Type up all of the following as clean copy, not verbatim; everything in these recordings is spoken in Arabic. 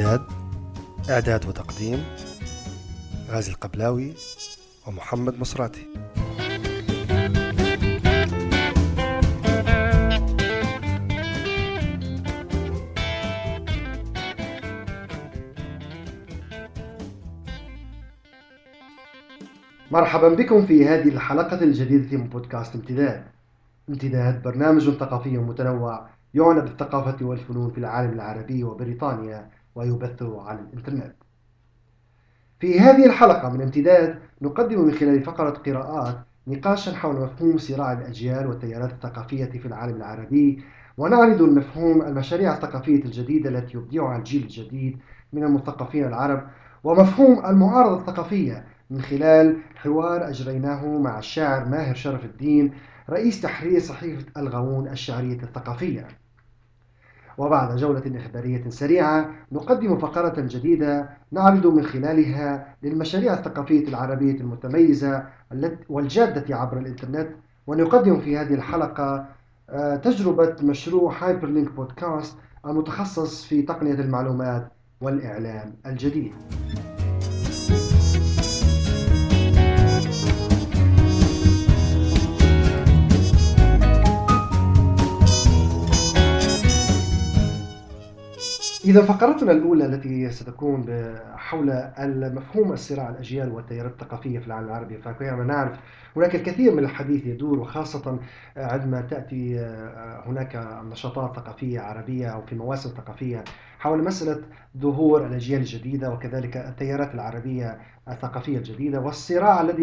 امتداد. إعداد وتقديم غازي القبلاوي ومحمد مصراتي. مرحبا بكم في هذه الحلقة الجديدة من بودكاست امتداد. امتداد برنامج ثقافي متنوع يعنى بالثقافة والفنون في العالم العربي وبريطانيا ويبث على الإنترنت. في هذه الحلقة من امتداد نقدم من خلال فقرة قراءات نقاشا حول مفهوم صراع الأجيال والتيارات الثقافية في العالم العربي، ونعرض المفهوم المشاريع الثقافية الجديدة التي يبدعها الجيل الجديد من المثقفين العرب، ومفهوم المعارضة الثقافية من خلال حوار أجريناه مع الشاعر ماهر شرف الدين رئيس تحرير صحيفة الغاوون الشعرية الثقافية. وبعد جولة إخبارية سريعة نقدم فقرة جديدة نعرض من خلالها للمشاريع الثقافية العربية المتميزة والجادة عبر الإنترنت. ونقدم في هذه الحلقة تجربة مشروع هايبرلينك بودكاست المتخصص في تقنية المعلومات والإعلام الجديد. إذا فقرتنا الأولى التي ستكون حول المفهوم الصراع الأجيال والتيارات الثقافية في العالم العربي، فكما نعرف هناك الكثير من الحديث يدور، وخاصة عندما تأتي هناك نشاطات ثقافية عربية أو في مواسم ثقافية حول مسألة ظهور الأجيال الجديدة وكذلك التيارات العربية الثقافية الجديدة، والصراع الذي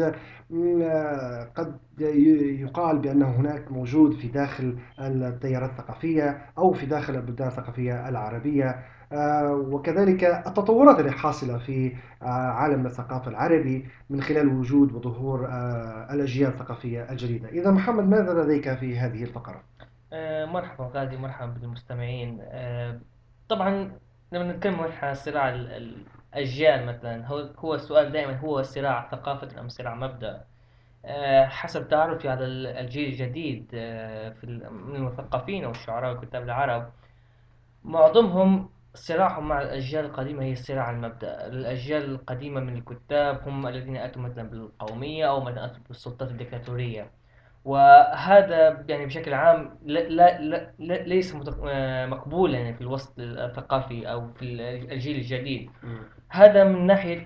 قد يقال بأنه هناك موجود في داخل التيارات الثقافية أو في داخل البلدان الثقافية العربية، وكذلك التطورات اللي حاصلة في عالم الثقافة العربي من خلال وجود وظهور الأجيال الثقافية الجديدة. إذا محمد، ماذا لديك في هذه الفقرة؟ مرحبا غازي، مرحبا بالمستمعين. طبعا لما نتكلم عن صراع الأجيال مثلا، هو السؤال دائما هو صراع ثقافة أم صراع مبدأ؟ حسب تعرفي على الجيل الجديد من المثقفين والشعراء وكتاب العرب، معظمهم صراعهم مع الأجيال القديمة هي صراع المبدأ. الأجيال القديمة من الكتاب هم الذين أتوا مثلا بالقومية أو مثلا أتوا بالسلطات الديكتاتورية، وهذا يعني بشكل عام ليس مقبولا يعني في الوسط الثقافي أو في الجيل الجديد. هذا من ناحية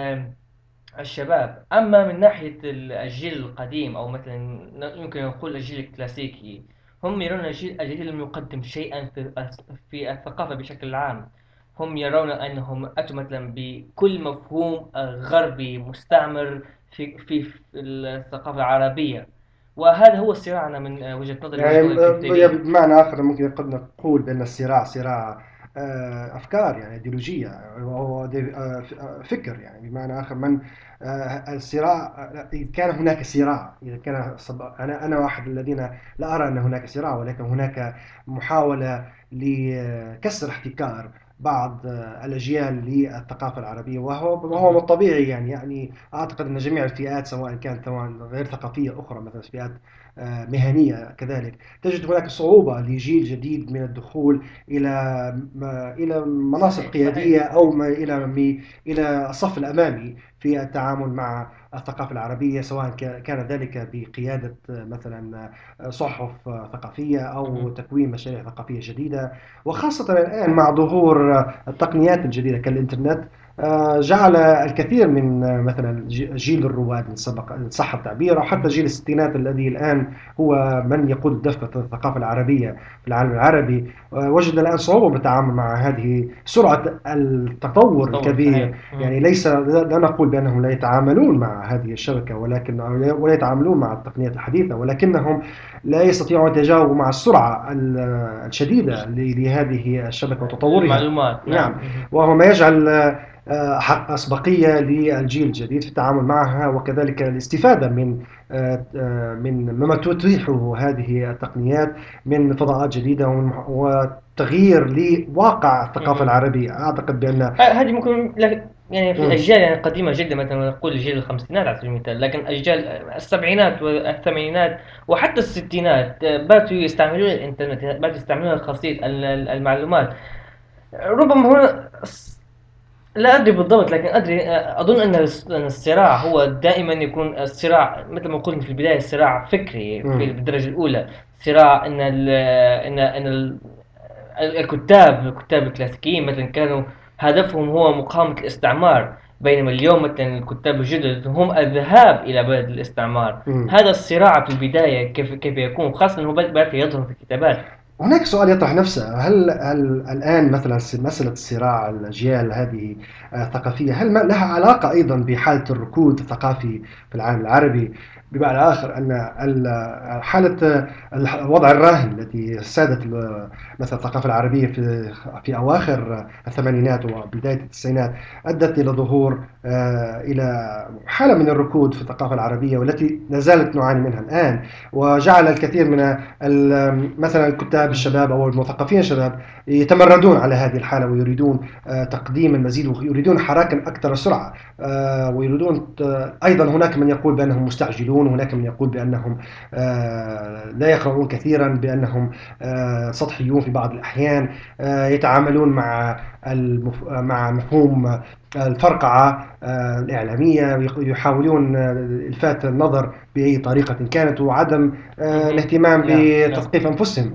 الشباب. أما من ناحية الجيل القديم أو مثلا يمكن نقول الجيل الكلاسيكي، هم يرون الجيل الجديد لم يقدم شيئا في الثقافة بشكل عام. هم يرون أنهم أتوا مثلا بكل مفهوم غربي مستعمر في الثقافة العربية، وهذا هو الصراع. أنا من وجهة نظري يعني بمعنى آخر ممكن قد نقول بأن الصراع صراع أفكار، يعني إيديولوجية أو فكر، يعني بمعنى آخر من الصراع. إذا كان هناك صراع، إذا كان أنا واحد الذين لا أرى أن هناك صراع، ولكن هناك محاولة لكسر احتكار بعض الأجيال للثقافة العربية، وهو طبيعي. يعني أعتقد أن جميع الفئات، سواء كانت طبعا غير ثقافية أخرى مثلا فئات مهنية كذلك، تجد هناك صعوبة لجيل جديد من الدخول إلى مناصب قيادية أو إلى الصف الأمامي في التعامل مع الثقافة العربية، سواء كان ذلك بقيادة مثلا صحف ثقافية أو تكوين مشاريع ثقافية جديدة. وخاصة الآن مع ظهور التقنيات الجديدة كالإنترنت، جعل الكثير من مثلا جيل الرواد إن صح التعبير، أو حتى جيل الستينات الذي الآن هو من يقود دفة الثقافة العربية في العالم العربي، وجد الآن صعوبة بالتعامل مع هذه سرعة التطور الكبير. يعني لا نقول بأنهم لا يتعاملون مع هذه الشبكة ولا يتعاملون مع التقنيات الحديثة، ولكنهم لا يستطيعون أن يتجاوبوا مع السرعة الشديدة لهذه الشبكة وتطورها. المعلومات. نعم. وهو ما يجعل حق أسبقية للجيل الجديد في التعامل معها، وكذلك الاستفادة من مما تتيحه هذه التقنيات من فضاءات جديدة وتغيير لواقع الثقافة العربية. أعتقد بأن هذه ممكن يعني في أجيال يعني قديمة جدا، مثلا نقول جيل الخمسينات على سبيل المثال، لكن أجيال السبعينات والثمانينات وحتى الستينات باتوا يستعملون الإنترنت، باتوا يستعملون خاصية المعلومات. ربما هو لا أدري بالضبط، لكن أدري أظن أن أن الصراع هو دائما يكون الصراع مثل ما قلنا في البداية، صراع فكري في مم. بالدرجة الأولى. صراع أن الكتاب الكلاسيكيين مثلا كانوا هدفهم هو مقاومة الاستعمار، بينما اليوم مثلا الكتاب الجدد هم الذهاب إلى بلد الاستعمار. مم. هذا الصراع في البداية كيف يكون، خاصة أنه بدأ يظهر في الكتابات. هناك سؤال يطرح نفسه، هل الآن مثلا مسألة صراع الأجيال هذه ثقافية، هل لها علاقة أيضا بحالة الركود الثقافي في العالم العربي؟ بمعنى آخر أن حالة الوضع الراهن التي سادت مثلا الثقافة العربية في أواخر الثمانينات وبداية التسعينات، أدت إلى ظهور إلى حالة من الركود في الثقافة العربية، والتي لا زالت نعاني منها الآن، وجعل الكثير من مثلا الكتاب الشباب أو المثقفين الشباب يتمردون على هذه الحالة، ويريدون تقديم المزيد، ويريدون حراكا أكثر سرعة، ويريدون أيضا. هناك من يقول بأنهم مستعجلون، وهناك من يقول بأنهم لا يقرؤون كثيرا، بأنهم سطحيون في بعض الأحيان، يتعاملون مع مفهوم الفرقعة الإعلامية، يحاولون إلفات النظر بأي طريقة كانت، وعدم الاهتمام نعم نعم. بتثقيف أنفسهم.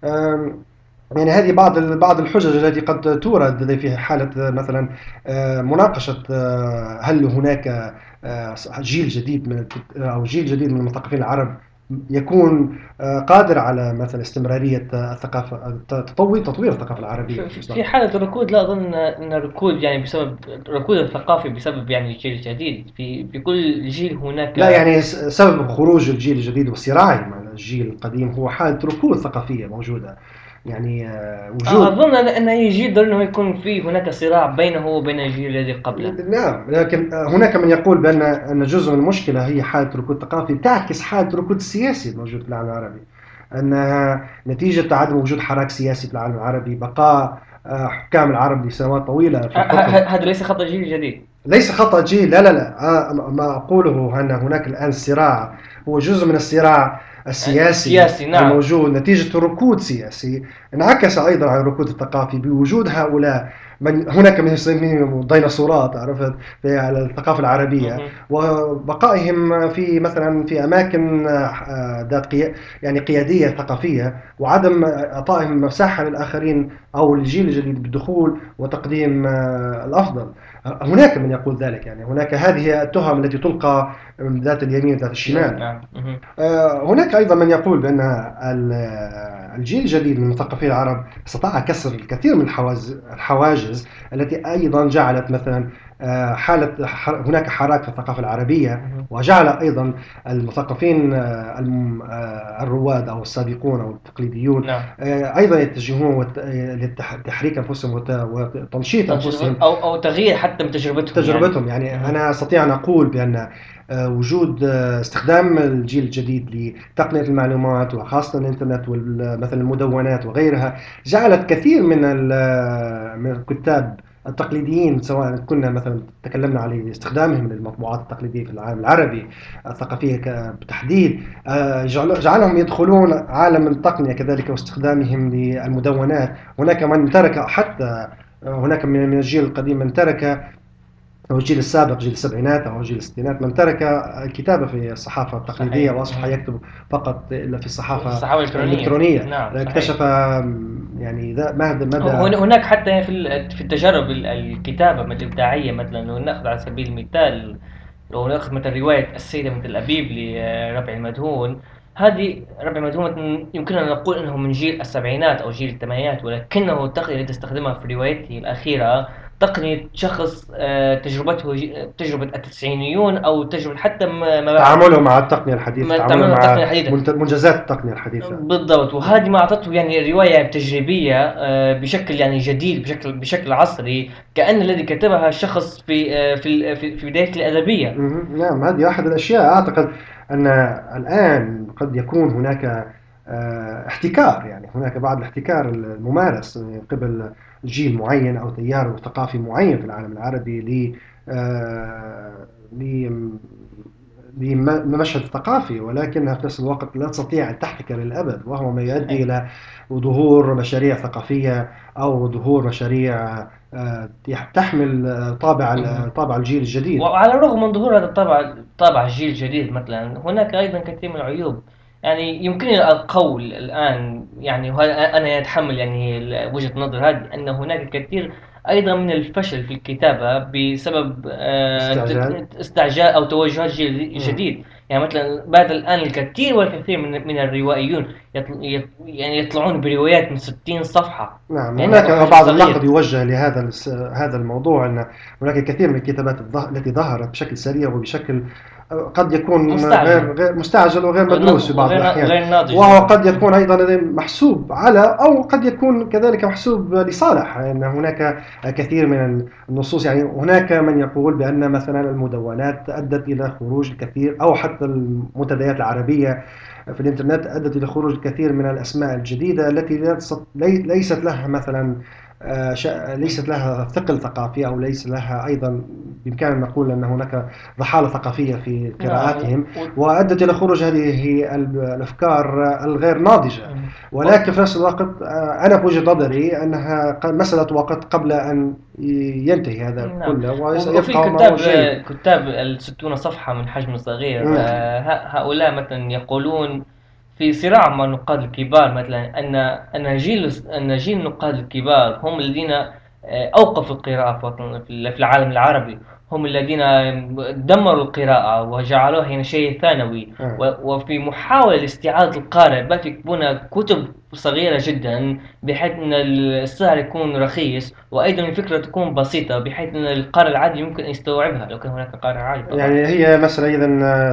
يعني هذه بعض الحجج التي قد تورد في حالة مثلا مناقشة هل هناك جيل جديد أو جيل جديد من المثقفين العرب يكون قادر على مثلا استمرارية الثقافة، تطوير الثقافة العربية في في المستقبل. حالة الركود لا أظن أن الركود يعني بسبب الركود الثقافي بسبب يعني الجيل الجديد. في كل جيل لا، هناك. يعني سبب خروج الجيل الجديد وصراعه مع الجيل القديم هو حالة ركود ثقافية موجودة، يعني وجود. أظن أن أي جيل ضروري أنه يكون في هناك صراع بينه وبين الجيل الذي قبله. نعم، لكن هناك من يقول بأن جزء من المشكلة هي حالة ركود ثقافي تعكس حالة ركود السياسي الموجود في العالم العربي، أنها نتيجة عدم وجود حراك سياسي في العالم العربي، بقاء حكام العرب لسنوات طويلة في الحكم. هذا ليس خطأ الجيل الجديد. ليس خطأ جيل، لا لا لا، ما أقوله أن هناك الآن صراع، هو جزء من الصراع السياسي سياسي نعم. الموجود نتيجة ركود سياسي، انعكس أيضا على الركود الثقافي بوجود هؤلاء. هناك من يسميهم ديناصورات، عرفت، في الثقافة العربية، مهم. وبقائهم في مثلا في أماكن ذات يعني قيادية ثقافية، وعدم إعطائهم مساحة للآخرين أو الجيل الجديد بالدخول وتقديم الأفضل. هناك من يقول ذلك، يعني هناك هذه التهم التي تلقى من ذات اليمين وذات الشمال. نعم. مهم. هناك أيضا من يقول بأن الجيل الجديد من مثقفي العرب استطاع كسر الكثير من الحواجز التي أيضا جعلت مثلا هناك حراك في الثقافة العربية، مهم. وجعل أيضا المثقفين الرواد أو السابقون أو التقليديون نعم. أيضا يتجهون لتحريك أنفسهم وتنشيط أنفسهم. أو تغيير حتى من تجربتهم يعني. تجربتهم، يعني مهم. أنا أستطيع أن أقول بأن وجود استخدام الجيل الجديد لتقنية المعلومات وخاصة الإنترنت ومثلا المدونات وغيرها، جعلت كثير من الكتاب التقليديين، سواء كنا مثلا تكلمنا على استخدامهم للمطبوعات التقليدية في العالم العربي الثقافية بالتحديد، جعلهم يدخلون عالم التقنية كذلك واستخدامهم للمدونات. هناك من ترك حتى هناك من الجيل القديم من ترك، أو الجيل السابق، جيل السبعينات أو جيل الستينات، من ترك الكتابة في الصحافة التقليدية صحيح. وأصبح يكتب فقط إلا في الصحافة الصحافة الإلكترونية. الإلكترونية. نعم صحيح. اكتشف يعني مدى. هناك حتى يعني في التجارب الكتابة مثل الإبداعية، مثلا لو نأخذ على سبيل المثال، لو نأخذ مثلا رواية السيدة مثل الأبيب لربع المدهون. هذه ربع المدهون مثلاً يمكننا أن نقول أنه من جيل السبعينات أو جيل الثمانينات، ولكنه التقنية التي استخدمها في روايته الأخيرة تقنية شخص تجربته تجربة التسعينيون، أو تجربة حتى ما بعد تعامله مع التقنية الحديثة، ما تعامله تعمله التقنية مع الحديثة. منجزات التقنية الحديثة. بالضبط، وهذه ما أعطته يعني رواية تجريبية بشكل يعني جديد، بشكل عصري، كأن الذي كتبها شخص في بداية الأدبية. نعم، هذه أحد الأشياء. أعتقد أن الآن قد يكون هناك احتكار، يعني هناك بعض الاحتكار الممارس من قبل جيل معين أو تيار ثقافي معين في العالم العربي بمشهد ثقافي، ولكنها في نفس الوقت لا تستطيع أن تحتكر للأبد، وهو ما يؤدي صحيح. إلى ظهور مشاريع ثقافية أو ظهور مشاريع تحمل مهم. طابع الجيل الجديد. وعلى الرغم من ظهور هذا طابع الجيل الجديد مثلا، هناك أيضا كثير من العيوب. يعني يمكنني القول الآن، يعني وهذا أنا أتحمل يعني وجهة نظر هذه، أن هناك كثير أيضا من الفشل في الكتابة بسبب استعجال. استعجال أو توجهات جيل مم. جديد. يعني مثلا بعد الآن الكثير والكثير من الروائيون يعني يطلعون بروايات من 60 صفحة. نعم، يعني هذا هناك حجم بعض النقد صغير. يوجه لهذا هذا الموضوع، أن هناك الكثير من الكتابات التي ظهرت بشكل سريع وبشكل قد يكون مستعجل غير مستعجل وغير مدروس في بعض الأحيان، وغير ناضج وهو أيضا. قد يكون أيضا محسوب على، أو قد يكون كذلك محسوب لصالح، أن هناك كثير من النصوص. يعني هناك من يقول بأن مثلا المدونات أدت إلى خروج الكثير، أو حتى المنتديات العربية في الإنترنت أدت إلى خروج الكثير من الأسماء الجديدة التي ليست لها مثلا ليست لها ثقل ثقافي، أو ليس لها أيضا بإمكاننا أن نقول أن هناك ضحالة ثقافية في نعم قراءاتهم، وأدت إلى خروج هذه الأفكار الغير ناضجة. و- ولكن في نفس الوقت أنا في وجهة نظري أنها مسألة وقت قبل أن ينتهي هذا نعم. كله وفي ويبقى ما هو جيد. كتاب الستون صفحة من حجم صغير، نعم. هؤلاء مثلا يقولون في صراع مع النقاد الكبار مثلا أن جيل النقاد الكبار هم الذين أوقفوا القراءة في العالم العربي. هم الذين دمروا القراءة وجعلوها هنا شيء ثانوي. آه. وفي محاولة لاستعادة القارئ بات يكتبون كتب صغيرة جدا بحيث أن السعر يكون رخيص، وأيضا الفكرة تكون بسيطة بحيث أن القارئ العادي يمكن أن يستوعبها لو كان هناك قارئ عادي طبعا. يعني هي مسألة إذا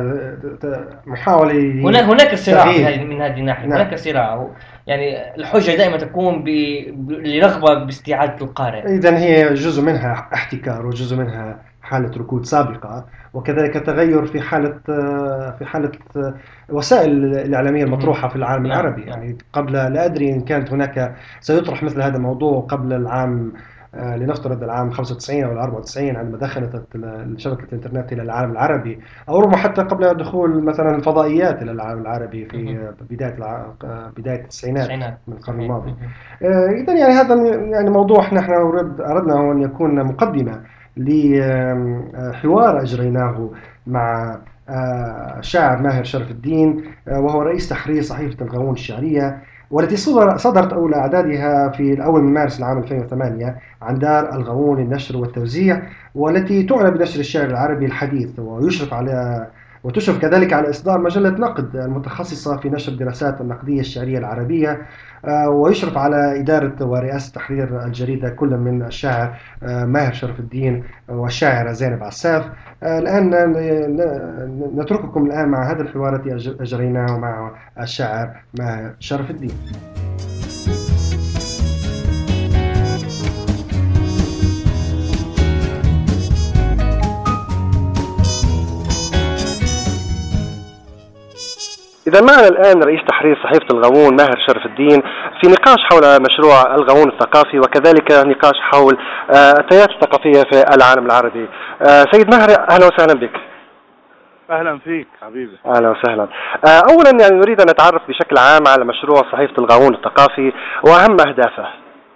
محاولة هناك صراع لتغيير. من هذه الناحية، نعم. هناك صراع. يعني الحجة دائما تكون لرغبة باستعادة القارئ. إذا هي جزء منها احتكار، وجزء منها حالة ركود سابقة، وكذلك تغير في حالة وسائل الإعلامية مهم. المطروحة في العالم نعم العربي. نعم. يعني قبل، لا أدري إن كانت هناك سيطرح مثل هذا الموضوع قبل العام لنفترض العام 95 أو 94 عندما دخلت شبكة الإنترنت إلى العالم العربي، أو ربما حتى قبل دخول مثلا الفضائيات إلى العالم العربي مهم. في بداية التسعينات التسعينات من القرن صحيح. الماضي. مهم. إذا يعني هذا يعني موضوع نحن أردنا أن يكون مقدمة لحوار أجريناه مع الشاعر ماهر شرف الدين، وهو رئيس تحرير صحيفة الغاوون الشعرية، والتي صدرت أولى أعدادها في الأول من مارس العام 2008 عن دار الغاوون للنشر والتوزيع، والتي تعنى بنشر الشعر العربي الحديث، وتشرف كذلك على إصدار مجلة نقد المتخصصة في نشر الدراسات النقدية الشعرية العربية، ويشرف على إدارة ورئاسة تحرير الجريدة كل من الشاعر ماهر شرف الدين والشاعرة زينب عساف. الآن نترككم الآن مع هذا الحوار الذي أجريناه مع الشاعر ماهر شرف الدين. إذا معنا الآن رئيس تحرير صحيفة الغاوون ماهر شرف الدين في نقاش حول مشروع الغاوون الثقافي، وكذلك نقاش حول التيارات الثقافية في العالم العربي. سيد ماهر، أهلا وسهلا بك. أهلا فيك حبيبي. أهلا وسهلا. أولا يعني نريد أن نتعرف بشكل عام على مشروع صحيفة الغاوون الثقافي وأهم أهدافه.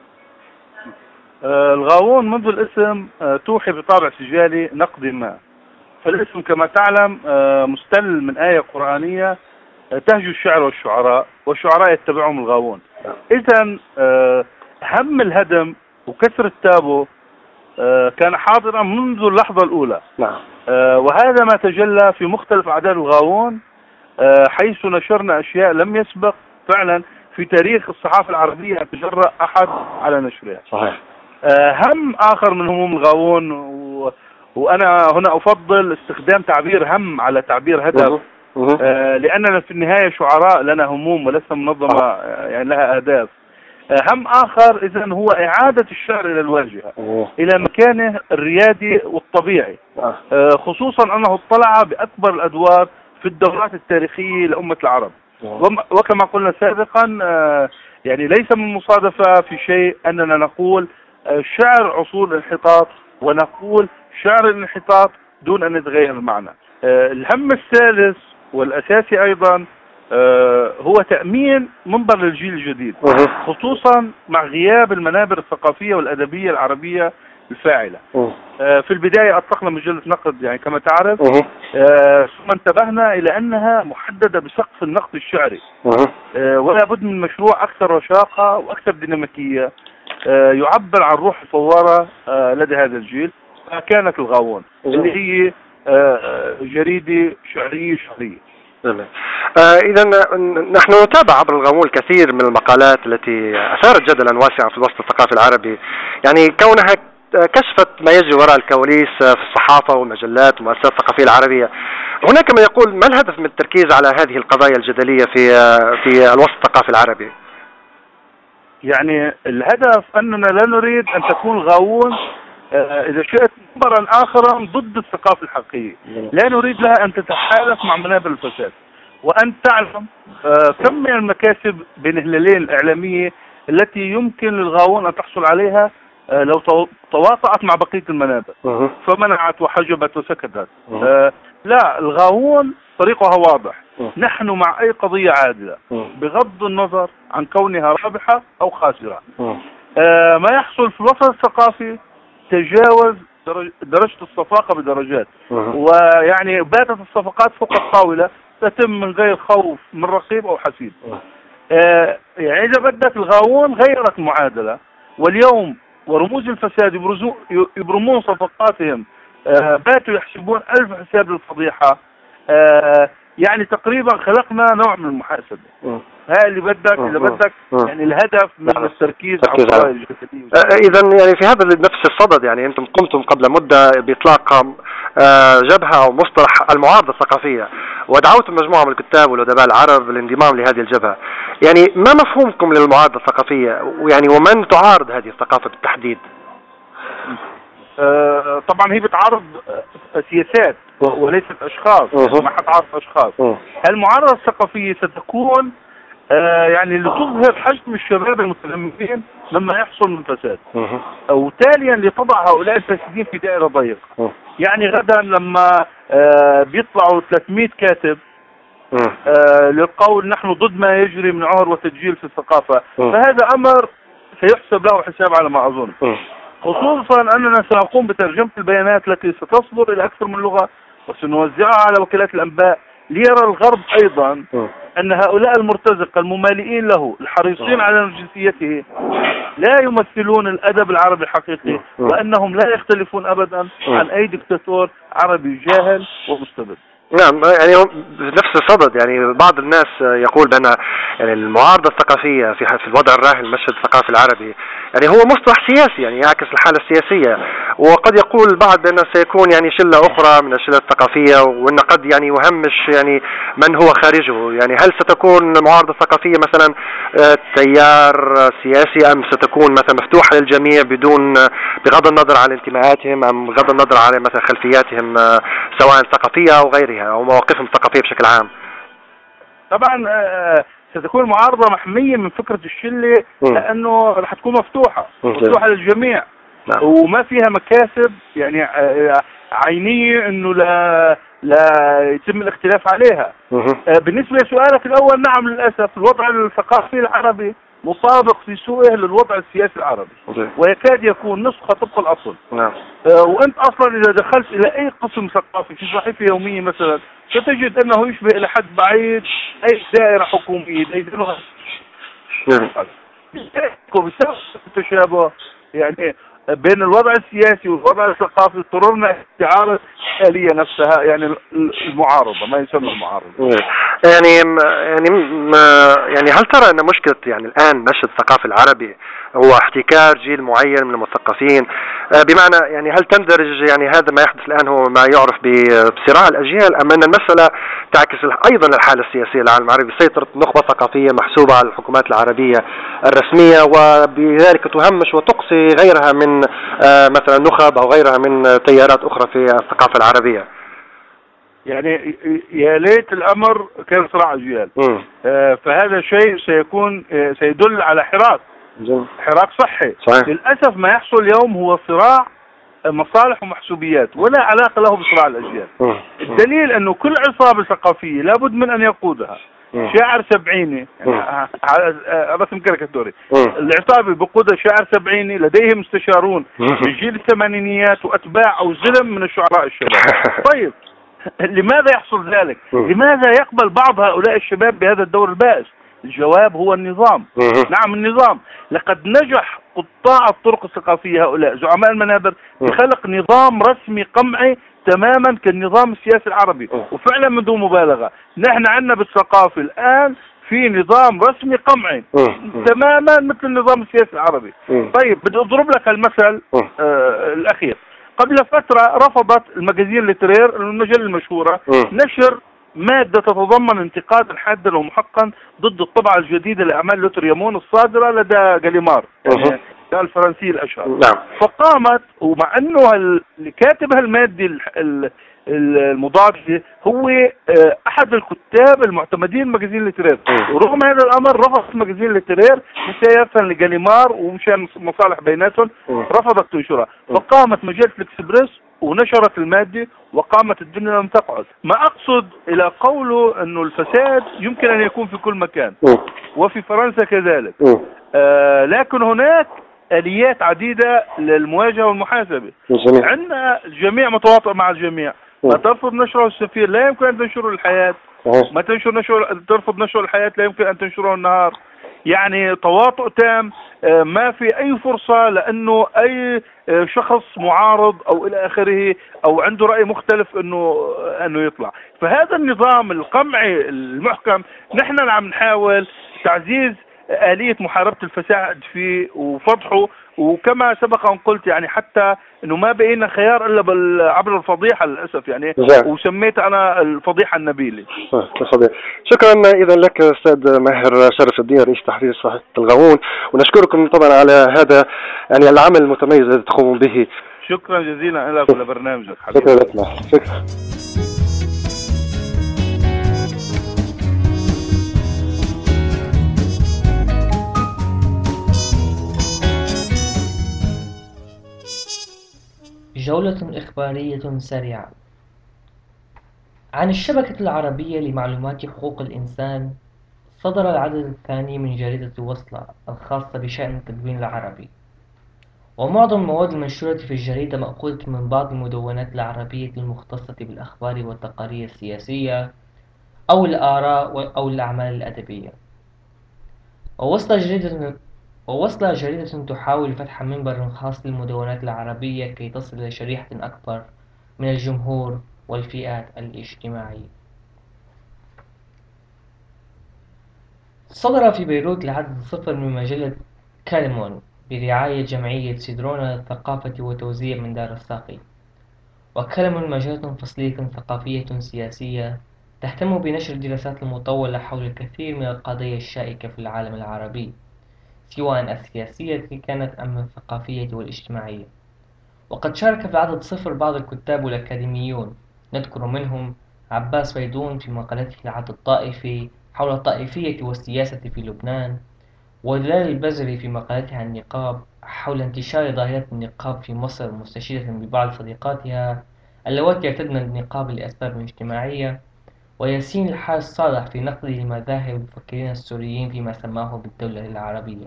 الغاوون منذ الاسم توحي بطابع سجالي نقدي ما. فالاسم كما تعلم مستل من آية قرآنية تهجو الشعر والشعراء، والشعراء يتبعهم الغاوون. إذن هم الهدم وكسر التابو كان حاضرا منذ اللحظة الأولى. نعم. وهذا ما تجلى في مختلف أعداد الغاوون، حيث نشرنا أشياء لم يسبق فعلا في تاريخ الصحافة العربية أن تجرأ أحد على نشرها. صحيح. هم آخر من هموم الغاوون، وأنا هنا أفضل استخدام تعبير هم على تعبير هدف، لأننا في النهاية شعراء لنا هموم ولسنا منظمة يعني لها أهداف. هم آخر إذن هو إعادة الشعر إلى الواجهة، إلى مكانه الريادي والطبيعي، خصوصا أنه اطلع بأكبر الأدوار في الدورات التاريخية لأمة العرب. وكما قلنا سابقا يعني ليس من مصادفة في شيء أننا نقول شعر عصور الانحطاط ونقول شعر الانحطاط دون أن يتغير المعنى. الهم الثالث والأساسي أيضا هو تأمين منبر للجيل الجديد، خصوصا مع غياب المنابر الثقافية والأدبية العربية الفاعلة. في البداية أطلقنا مجلة نقد يعني كما تعرف، ثم انتبهنا إلى أنها محددة بسقف النقد الشعري، ولا بد من مشروع أكثر رشاقة وأكثر ديناميكية يعبر عن روح الفوارة لدى هذا الجيل. كانت الغاوون اللي هي جريدة شعرية. إذا نحن نتابع عبر الغاوون الكثير من المقالات التي أثارت جدلا واسعا في الوسط الثقافي العربي، يعني كونها كشفت ما يجري وراء الكواليس في الصحافة والمجلات والمؤسسات الثقافية العربية. هناك من يقول ما الهدف من التركيز على هذه القضايا الجدلية في الوسط الثقافي العربي؟ يعني الهدف أننا لا نريد أن تكون الغاوون إذا شئت منبرا آخر ضد الثقافة الحقيقية، لا نريد لها أن تتحالف مع منابر الفساد، وأن تعلم كم من المكاسب بين الهلالين الإعلامية التي يمكن للغاوون أن تحصل عليها لو تواطأت مع بقية المنابر فمنعت وحجبت وسكتت. لا، الغاوون طريقها واضح، نحن مع أي قضية عادلة بغض النظر عن كونها رابحة أو خاسرة. ما يحصل في الوسط الثقافي تجاوز درجة الصفاقة بدرجات، ويعني باتت الصفقات فوق الطاولة تتم من غير خوف من رقيب أو حسيب. يعني إذا بدت الغاوون غيرت المعادلة، واليوم ورموز الفساد يبرمون صفقاتهم، باتوا يحسبون 1000 حساب للفضيحة. يعني تقريبا خلقنا نوع من المحاسبة. هاي اللي بدك إذا بدك يعني الهدف من التركيز على القضايا الجسدية. إذا يعني في هذا نفس الصدد يعني أنتم قمتم قبل مدة بإطلاق جبهة أو مصطلح المعارضة الثقافية، ودعوتم مجموعة من الكتاب والأدباء العرب للانضمام لهذه الجبهة. يعني ما مفهومكم للمعارضة الثقافية؟ يعني ومن تعارض هذه الثقافة بالتحديد؟ طبعا هي بتعارض سياسات وليست أشخاص، ما حتعارض أشخاص. المعارضة الثقافية ستكون يعني لتظهر حجم الشباب المتذمرين مما يحصل من فساد، وتاليا لتضع هؤلاء الفاسدين في دائرة ضيقة. يعني غدا لما بيطلعوا 300 كاتب للقول نحن ضد ما يجري من عهر وتسجيل في الثقافة، فهذا أمر سيحسب له حساب على ما أظن، خصوصا أننا سنقوم بترجمة البيانات التي ستصدر إلى أكثر من لغة وسنوزعها على وكالات الأنباء، ليرى الغرب أيضا أن هؤلاء المرتزقة الممالئين له الحريصين على نرجسيته لا يمثلون الأدب العربي الحقيقي، وأنهم لا يختلفون أبدا عن أي دكتاتور عربي جاهل ومستبد. نعم، يعني نفس الصدد. يعني بعض الناس يقول بأن يعني المعارضة الثقافية في الوضع الراهن المشهد الثقافي العربي يعني هو مصطلح سياسي، يعني يعكس الحالة السياسية، وقد يقول البعض بأنه سيكون يعني شلة أخرى من الشلة الثقافية، وأن قد يعني يهمش يعني من هو خارجه. يعني هل ستكون المعارضة الثقافية مثلا تيار سياسي، أم ستكون مثلا مفتوحة للجميع بغض النظر عن انتماءاتهم، أم بغض النظر عن مثلا خلفياتهم سواء ثقافية أو غيرها أو مواقفهم الثقافية بشكل عام؟ طبعا ستكون معارضة محمية من فكرة الشلة، لأنه رح تكون مفتوحة للجميع، وما فيها مكاسب يعني عينية إنه لا يتم الاختلاف عليها. بالنسبة لسؤالك الأول، نعم للأسف الوضع الثقافي العربي مطابق في سوءه للوضع السياسي العربي، ويكاد يكون نسخة طبق الأصل. وأنت أصلا إذا دخلت إلى أي قسم ثقافي في صحيفة يومية مثلا ستجد أنه يشبه إلى حد بعيد أي دائرة حكومية يديرها بسبب التشابه يعني بين الوضع السياسي والوضع الثقافي. اضطررنا استعارة الآلية نفسها، يعني المعارضة، ما يسمى المعارضة. يعني هل ترى أن مشكلة يعني الآن مشهد الثقافي العربي هو احتكار جيل معين من المثقفين؟ بمعنى يعني هل تندرج يعني هذا ما يحدث الآن هو ما يعرف بصراع الأجيال، أم أن المسألة تعكس أيضا الحالة السياسية للعالم العربي؟ سيطرة نخبة ثقافية محسوبة على الحكومات العربية الرسمية، وبذلك تهمش وتقصي غيرها من مثلا نخب أو غيرها من تيارات أخرى في الثقافة العربية. يعني يا ليت الأمر كان صراع أجيال. فهذا شيء سيدل على حراك صحي. صحيح. للأسف ما يحصل اليوم هو صراع مصالح ومحسوبيات ولا علاقة له بصراع الأجيال. الدليل أنه كل عصابة ثقافية لابد من أن يقودها شاعر سبعيني، رسم كاريكاتوري. العصابة بقودها شاعر سبعيني لديه مستشارون من جيل الثمانينيات وأتباع أو زلم من الشعراء الشباب. طيب لماذا يحصل ذلك؟ لماذا يقبل بعض هؤلاء الشباب بهذا الدور البائس؟ الجواب هو النظام. نعم النظام. لقد نجح قطاع الطرق الثقافية هؤلاء زعماء المنابر بخلق نظام رسمي قمعي تماما كالنظام السياسي العربي، وفعلا من دون مبالغة نحن عندنا بالثقافة الآن في نظام رسمي قمعي تماما مثل النظام السياسي العربي. طيب بدي أضرب لك المثل الأخير. قبل فترة رفضت المجازين لترير المجلة المشهورة نشر مادة تتضمن انتقادا حادا ومحقا ضد الطبعة الجديدة لأعمال لوتر يامون الصادرة لدى غاليمار الفرنسي الأشهر. نعم. فقامت ومع أنه اللي كاتب هالمادة المضاد هو أحد الكتاب المعتمدين مجازين لترير، ورغم هذا الأمر رفضت مجازين لترير مسايفا لغاليمار ومشان مصالح بيناتهم رفضت تنشرها. فقامت مجلة الإكسبريس ونشرت المادة وقامت الدنيا لم تقعد. ما أقصد إلى قوله أنه الفساد يمكن أن يكون في كل مكان وفي فرنسا كذلك، لكن هناك آليات عديدة للمواجهة والمحاسبة. عندنا الجميع متواطئ مع الجميع. ما ترفض نشره السفير لا يمكن أن تنشره الحياة، ما ترفض نشره الحياة لا يمكن أن تنشره النهار. يعني تواطؤ تام، ما في أي فرصة لأنه أي شخص معارض أو إلى آخره أو عنده رأي مختلف أنه يطلع. فهذا النظام القمعي المحكم نحن عم نحاول تعزيز آلية محاربة الفساد فيه وفضحه، وكما سبق أن قلت يعني حتى أنه ما بقينا خيار إلا عبر الفضيحة للأسف يعني وسميت أنا الفضيحة النبيلة. شكرا إذا لك أستاذ ماهر شرف الدين رئيس تحرير صحيفة الغاوون، ونشكركم طبعا على هذا يعني العمل المتميز الذي تقومون به. شكرا جزيلا لك ولبرنامجك حبيبي. شكرا لك ماهر. شكرا. جولة إخبارية سريعة عن الشبكة العربية لمعلومات حقوق الإنسان. صدر العدد الثاني من جريدة وصلة الخاصة بشأن التدوين العربي، ومعظم المواد المنشورة في الجريدة مأخوذة من بعض المدونات العربية المختصة بالأخبار والتقارير السياسية أو الآراء أو الأعمال الأدبية. ووصل جريدة تحاول فتح منبر خاص للمدونات العربية كي تصل إلى شريحة أكبر من الجمهور والفئات الاجتماعية. صدر في بيروت العدد 0 من مجلة كاليمون برعاية جمعية سيدرونا للثقافة والتوزيع من دار الساقي. وكاليمون مجلة فصلية ثقافية سياسية تهتم بنشر الدراسات المطولة حول الكثير من القضايا الشائكة في العالم العربي، سواء السياسية كانت أم الثقافية والاجتماعية. وقد شارك في عدد 0 بعض الكتاب والأكاديميون، نذكر منهم عباس فيدون في مقالته العهد الطائفي حول الطائفية والسياسة في لبنان، ودلال البزري في مقالتها عن النقاب حول انتشار ظاهرة النقاب في مصر، مستشيرة ببعض صديقاتها اللواتي ارتدن النقاب لأسباب اجتماعية، وياسين الحاج صالح في نقده لمذاهب المفكرين السوريين فيما سماه بالدولة العربية.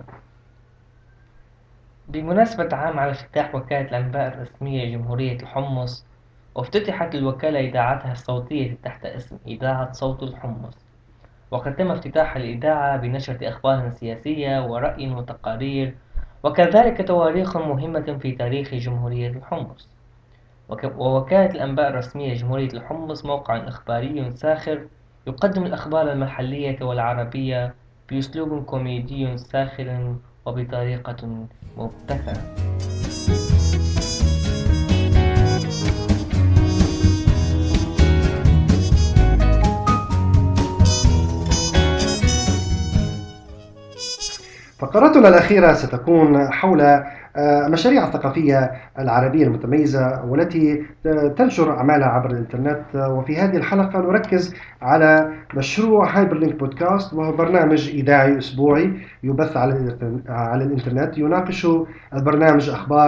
بمناسبة عام على افتتاح وكالة الأنباء الرسمية جمهورية الحمص، وافتتحت الوكالة إذاعتها الصوتية تحت اسم إذاعة صوت الحمص، وقد تم افتتاح الإذاعة بنشرة أخبار سياسية ورأي وتقارير وكذلك تواريخ مهمة في تاريخ جمهورية الحمص. ووكالة الأنباء الرسمية جمهورية الحمص موقع إخباري ساخر يقدم الأخبار المحلية والعربية بأسلوب كوميدي ساخر وبطريقة مبتكرة. فقرتنا الأخيرة ستكون حول المشاريع الثقافية العربية المتميزة والتي تنشر أعمالها عبر الإنترنت. وفي هذه الحلقة نركز على مشروع هايبرلينك بودكاست، وهو برنامج إذاعي أسبوعي يبث على الإنترنت. يناقش البرنامج أخبار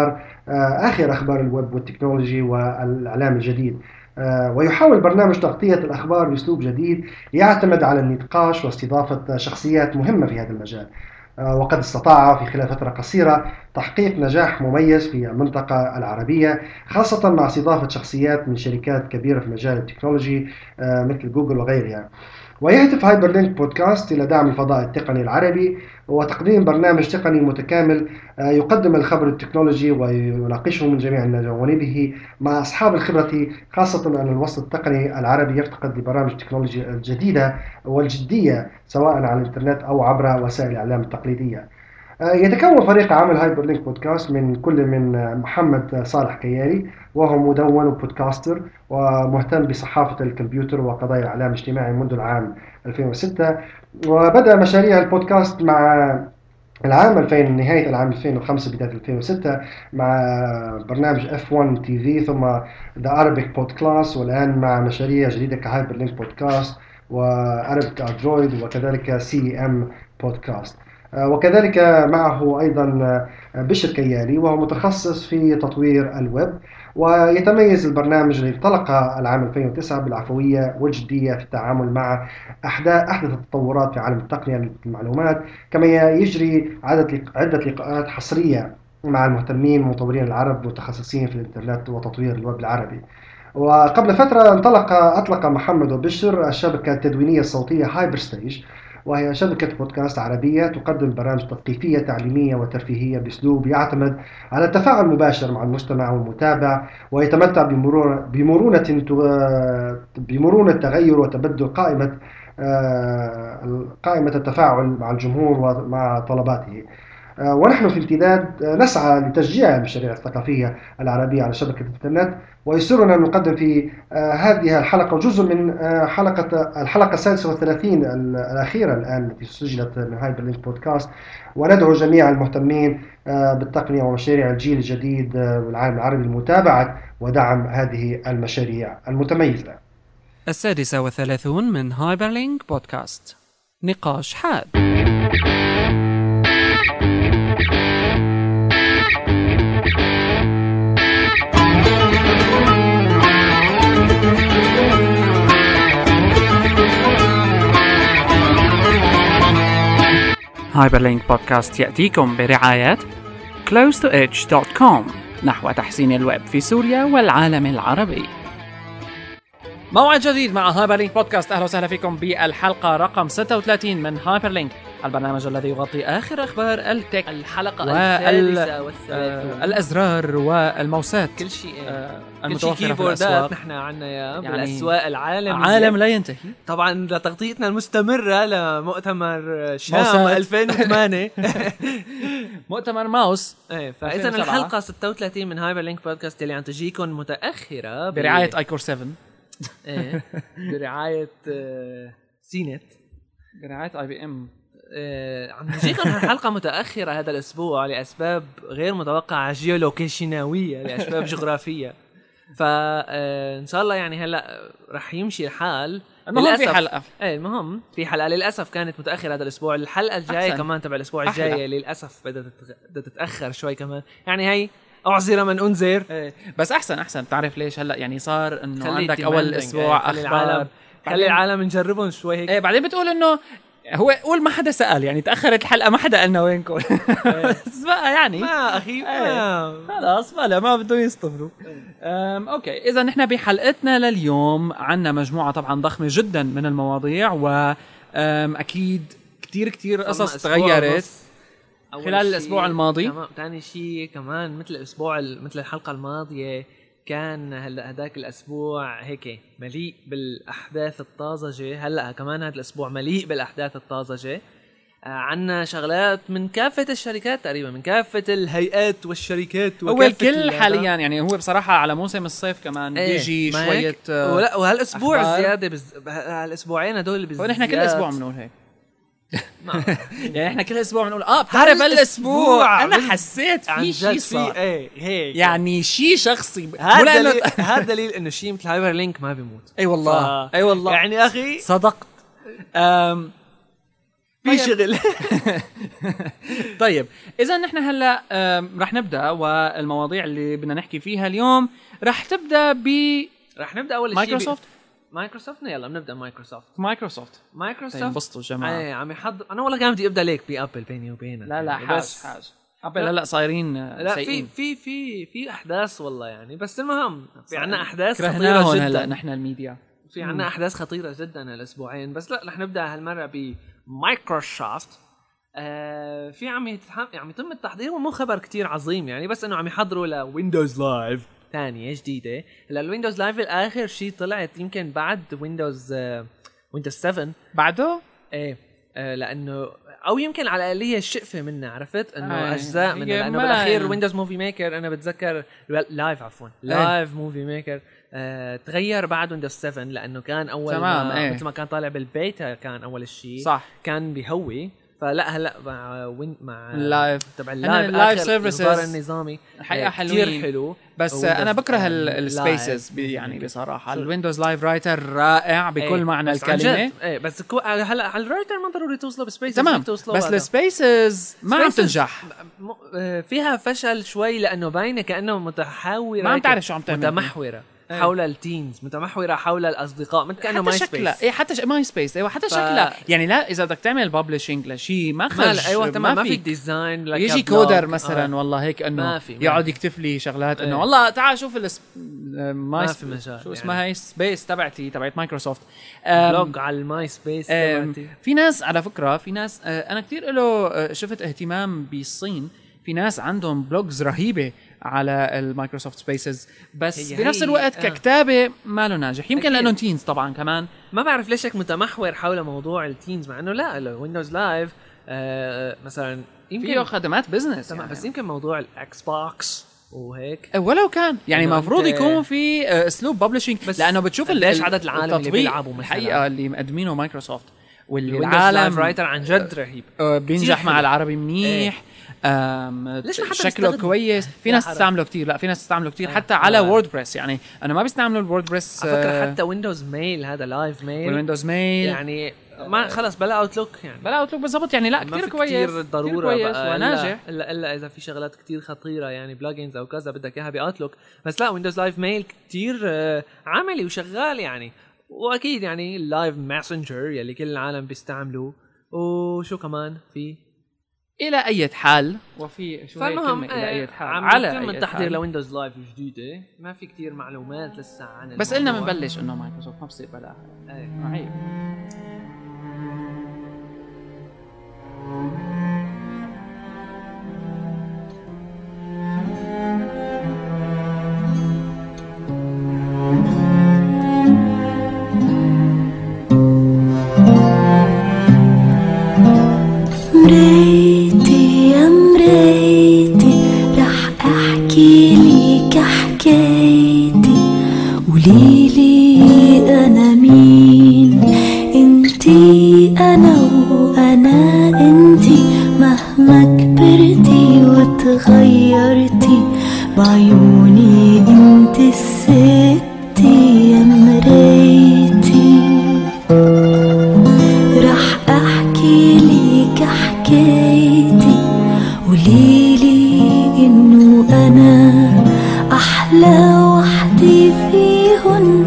آخر أخبار الويب والتكنولوجي والإعلام الجديد. ويحاول برنامج تغطية الأخبار بأسلوب جديد يعتمد على النقاش واستضافة شخصيات مهمة في هذا المجال. وقد استطاع في خلال فترة قصيرة تحقيق نجاح مميز في المنطقة العربية، خاصة مع استضافة شخصيات من شركات كبيرة في مجال التكنولوجي مثل جوجل وغيرها. ويهدف هايبر لينك بودكاست إلى دعم الفضاء التقني العربي وتقديم برنامج تقني متكامل يقدم الخبر التكنولوجي ويناقشه من جميع جوانبه مع أصحاب الخبرة، خاصة أن الوسط التقني العربي يفتقد لبرامج التكنولوجيا الجديدة والجدية سواء على الإنترنت أو عبر وسائل الإعلام التقليدية. يتكون فريق عمل هايبر لينك بودكاست من محمد صالح كياري، وهو مدون وبودكاستر ومهتم بصحافة الكمبيوتر وقضايا الإعلام الاجتماعي منذ العام 2006. وبدأ مشاريع البودكاست مع نهاية العام 2005 بداية 2006 مع برنامج F1 TV، ثم The Arabic Podcast، والآن مع مشاريع جديدة كهايبر لينك بودكاست وعربيك أندرويد وكذلك CM بودكاست. وكذلك معه أيضا بشر كيالي، وهو متخصص في تطوير الويب. ويتميز البرنامج الذي انطلق العام 2009 بالعفوية والجدية في التعامل مع أحدث التطورات في عالم التقنية المعلومات، كما يجري عدة لقاءات حصرية مع المهتمين ومطورين العرب متخصصين في الإنترنت وتطوير الويب العربي. وقبل فترة أطلق محمد وبشر الشبكة التدوينية الصوتية هايبر ستيج، وهي شبكة بودكاست عربية تقدم برامج تثقيفية تعليمية وترفيهية بأسلوب يعتمد على التفاعل المباشر مع المستمع والمتابع، ويتمتع بمرونة تغير وتبدل قائمة التفاعل مع الجمهور ومع طلباته. ونحن في امتداد نسعى لتشجيع المشاريع الثقافية العربية على شبكة الإنترنت، ويسرنا أن نقدم في هذه الحلقة جزء من الحلقة 36 الأخيرة الآن التي سجلت من هايبر لينك بودكاست. وندعو جميع المهتمين بالتقنية ومشاريع الجيل الجديد والعالم العربي لمتابعة ودعم هذه المشاريع المتميزة. 36 من هايبر لينك بودكاست، نقاش حاد. هايبر لينك بودكاست يأتيكم برعاية close2edge.com، نحو تحسين الويب في سوريا والعالم العربي. موعد جديد مع هايبر لينك بودكاست. أهلا وسهلا فيكم بالحلقة رقم 36 من هايبر لينك، البرنامج الذي يغطي آخر أخبار التك، الحلقة السادسة والثلاثون، الأزرار والموسات، كل شيء المتوفرة في الأسواق. نحن عنا يعني بالأسواق العالمية، عالم لا ينتهي. طبعا لتغطيتنا المستمرة لمؤتمر شام 2008 مؤتمر ماوس. فإذا الحلقة 36 من هايبر لينك بودكاست اللي عم تجيكم متأخرة برعاية ايكور 7 برعاية سينت، برعاية IBM. عم نجيكم الحلقة متأخرة هذا الأسبوع لأسباب غير متوقعة جيولوكيشناوية، لأسباب جغرافية. فإن شاء الله يعني هلأ رح يمشي الحال. المهم في حلقة، المهم في حلقة للأسف كانت متأخرة هذا الأسبوع. الحلقة الجاية كمان تبع الأسبوع الجاي للأسف بدأت تتأخر شوي كمان، يعني هي أعذر من أنذر. بس أحسن تعرف ليش هلأ يعني صار إنه عندك أول أسبوع أخبار، خلي العالم نجربهم شوي هيك. بعدين بتقول إنه هو قول ما حدا سأل، يعني تأخرت الحلقة ما حدا قالنا وينكم. بس بقى يعني ما أخي خلاص ما بدهم يصطفروا. أوكي، إذا نحن بحلقتنا لليوم عنا مجموعة طبعا ضخمة جدا من المواضيع، وأكيد كتير قصص تغيرت خلال الأسبوع الماضي. ثاني شيء كمان مثل الحلقة الماضية كان هداك الأسبوع هيك مليء بالأحداث الطازجة. هلأ كمان هذا الأسبوع مليء بالأحداث الطازجة. عنا شغلات من كافة الشركات تقريبا، من كافة الهيئات والشركات هو الكل حاليا. يعني هو بصراحة على موسم الصيف كمان بيجي شوية وهالأسبوع زيادة هالأسبوعين هدول بالزيادة. ونحن كل أسبوع بنقول هيك. يعني احنا كل اسبوع بنقول بتعرف الاسبوع انا حسيت في شيء صار هيك، يعني شيء شخصي. هذا دليل انه شيء مثل هايبر لينك ما بيموت. اي والله يعني اخي صدقت. في شغل. طيب اذا نحن هلا رح نبدا، والمواضيع اللي بدنا نحكي فيها اليوم رح تبدا رح نبدا اول شيء مايكروسوفت. مايكروسوفت يلا بنبدا مايكروسوفت مايكروسوفت جماعه. ايه عم يحضر. انا والله كان بدي ابدا ليك بابل بيني وبينك. لا يعني حاج ابل هلا صايرين لا سيئين. في احداث والله يعني. بس المهم في عنا احداث خطيره كرهناهم جدا. هلا نحن الميديا في عنا احداث خطيره جدا هالاسبوعين. بس لا رح نبدا هالمره بمايكروسوفت. في عم يتم التحضير، ومو خبر كتير عظيم يعني، بس انه عم يحضروا لويندوز لايف ثانيه جديده. هلا الويندوز لايف الاخر شيء طلعت يمكن بعد ويندوز 7 بعده. ايه لانه او يمكن على الاقليه الشقفه منه، عرفت انه اجزاء من، لانه بالاخير ويندوز موفي ميكر انا بتذكر لايف لايف موفي ميكر تغير بعد ويندوز 7 لانه كان اول تمام. مثل ما كان طالع بالبيتا كان اول شيء صح كان بيهوي. فلا هلا مع اللايف تبع اللايف سيرفيسز النظامي حقيقه كثير حلوين حلو. بس انا بكره السبيسز يعني بصراحه. الويندوز لايف رايتر رائع بكل معنى الكلمه. ايه بس هلا على الرايتر ما ضروري توصله بسبيسز. تمام بس السبيسز ما عم تنجح، فيها فشل شوي لانه باينه كانه متحوره، ما عم تعرف شو عم تعمل، متمحوره حول التينز، متمحوره حول الاصدقاء، مثل كانه ماي سبيس. اي حتى ماي سبيس. ايوه حتى شكلها يعني. لا اذا بدك تعمل ببلشنج لشيء ما خرج. ايوه تمام ما في ديزاين يجي كودر مثلا والله هيك انه يقعد يكتب لي شغلات انه والله تعال شوف ما في مجال شو اسمها هي سبيس تبعت مايكروسوفت بلوج على الماي سبيس تبعتي. في ناس على فكره انا كثير له شفت اهتمام بالصين. في ناس عندهم بلوجز رهيبه على المايكروسوفت سبيسز، بس بنفس الوقت ككتابه ما له ناجح. يمكن لانه تينز طبعا كمان. ما بعرف ليش هيك متمحور حول موضوع التينز، مع انه لا ويندوز لايف مثلا يمكن فيه خدمات بزنس يعني. بس يمكن موضوع الاكس بوكس وهيك ولو كان يعني المفروض يكون في اسلوب ببلشنج، لانه بتشوف ليش عدد العالم اللي بيلعبوا مثلا الحقيقه اللي مقدمينه مايكروسوفت واللي العالم رايتر عن جد رهيب بينجح مع العربي منيح. شكله كويس. في ناس تستعمله كتير. لا في ناس تستعمله كتير حتى على ووردبريس. يعني انا ما بيستعملوا الووردبريس على فكره. حتى ويندوز ميل هذا لايف ميل والويندوز ميل يعني ما خلص بلا اوتلوك يعني بلا اوتلوك بالضبط يعني. لا كتير كويس كتير ضروره كويس وناجح الا اذا في شغلات كتير خطيره يعني بلجنز او كذا بدك اياها باوتلوك. بس لا ويندوز لايف ميل كتير عملي وشغال يعني. واكيد يعني اللايف ماسنجر يلي كل العالم بيستعملوه. وشو كمان في الى اي حال وفي شو هي الكلمه الى اي حال على يتم التحضير لويندوز لايف جديده. ما في كتير معلومات لسه عن بس قلنا بنبلش انه مايكروسوفت ما بصير بلاها. عيب. مريتي يا مريتي رح احكي لك حكايتي، قوليلي انا مين، انتي انا وانا انتي، مهما كبرتي وتغيرتي بعيوني انتي الستي يا مريتي. رح احكي لك حكايتي، قوليلي انه انا احلى وحدي فيهن،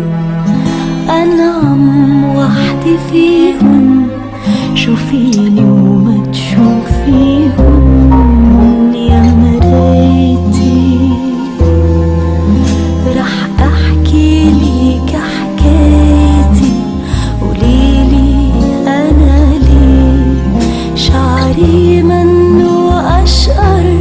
انعم وحدي فيهن، شوفيني وما تشوفيهن يا مريتي. رح احكي لك حكايتي، قوليلي انا ليه شعري منه اشقر،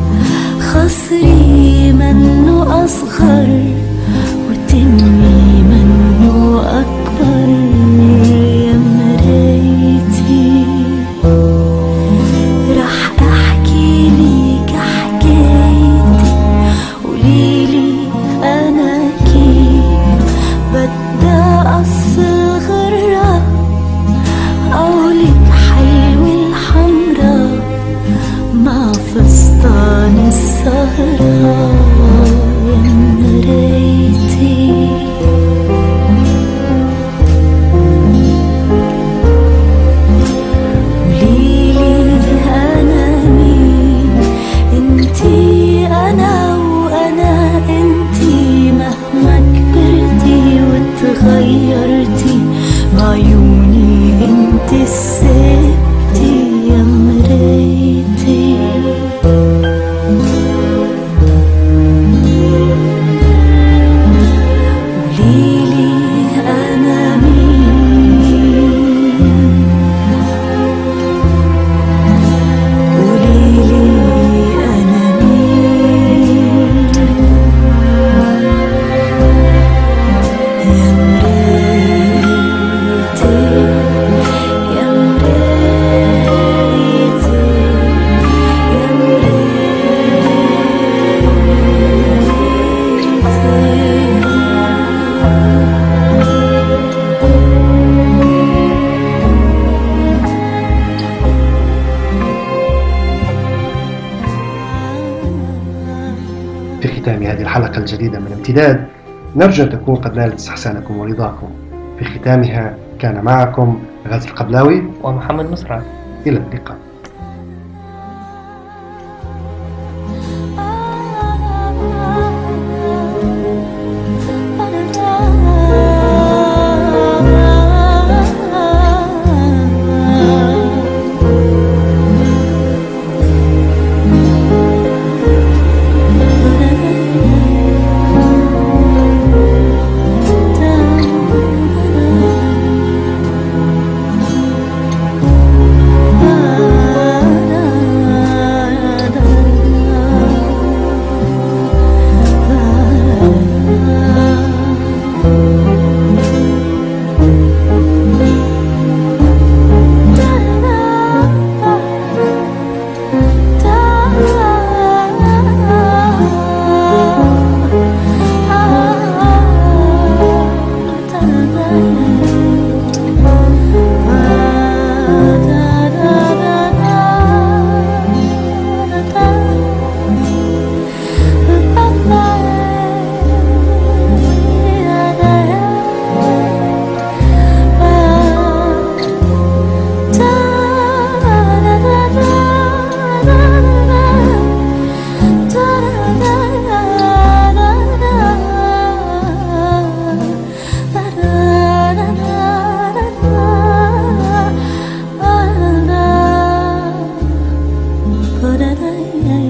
خصري منه اصغر، وتمي منه اكبر يا مريتي. حبيبتي يا مرايتي قوليلي أنا مين قوليلي أنا مين يا مرايتي يا مرايتي يا في ختام هذه الحلقة الجديدة من امتداد، نرجو أن تكون قد نالت استحسانكم ورضاكم. في ختامها كان معكم غازي القبلاوي ومحمد مسرع. إلى اللقاء. da da da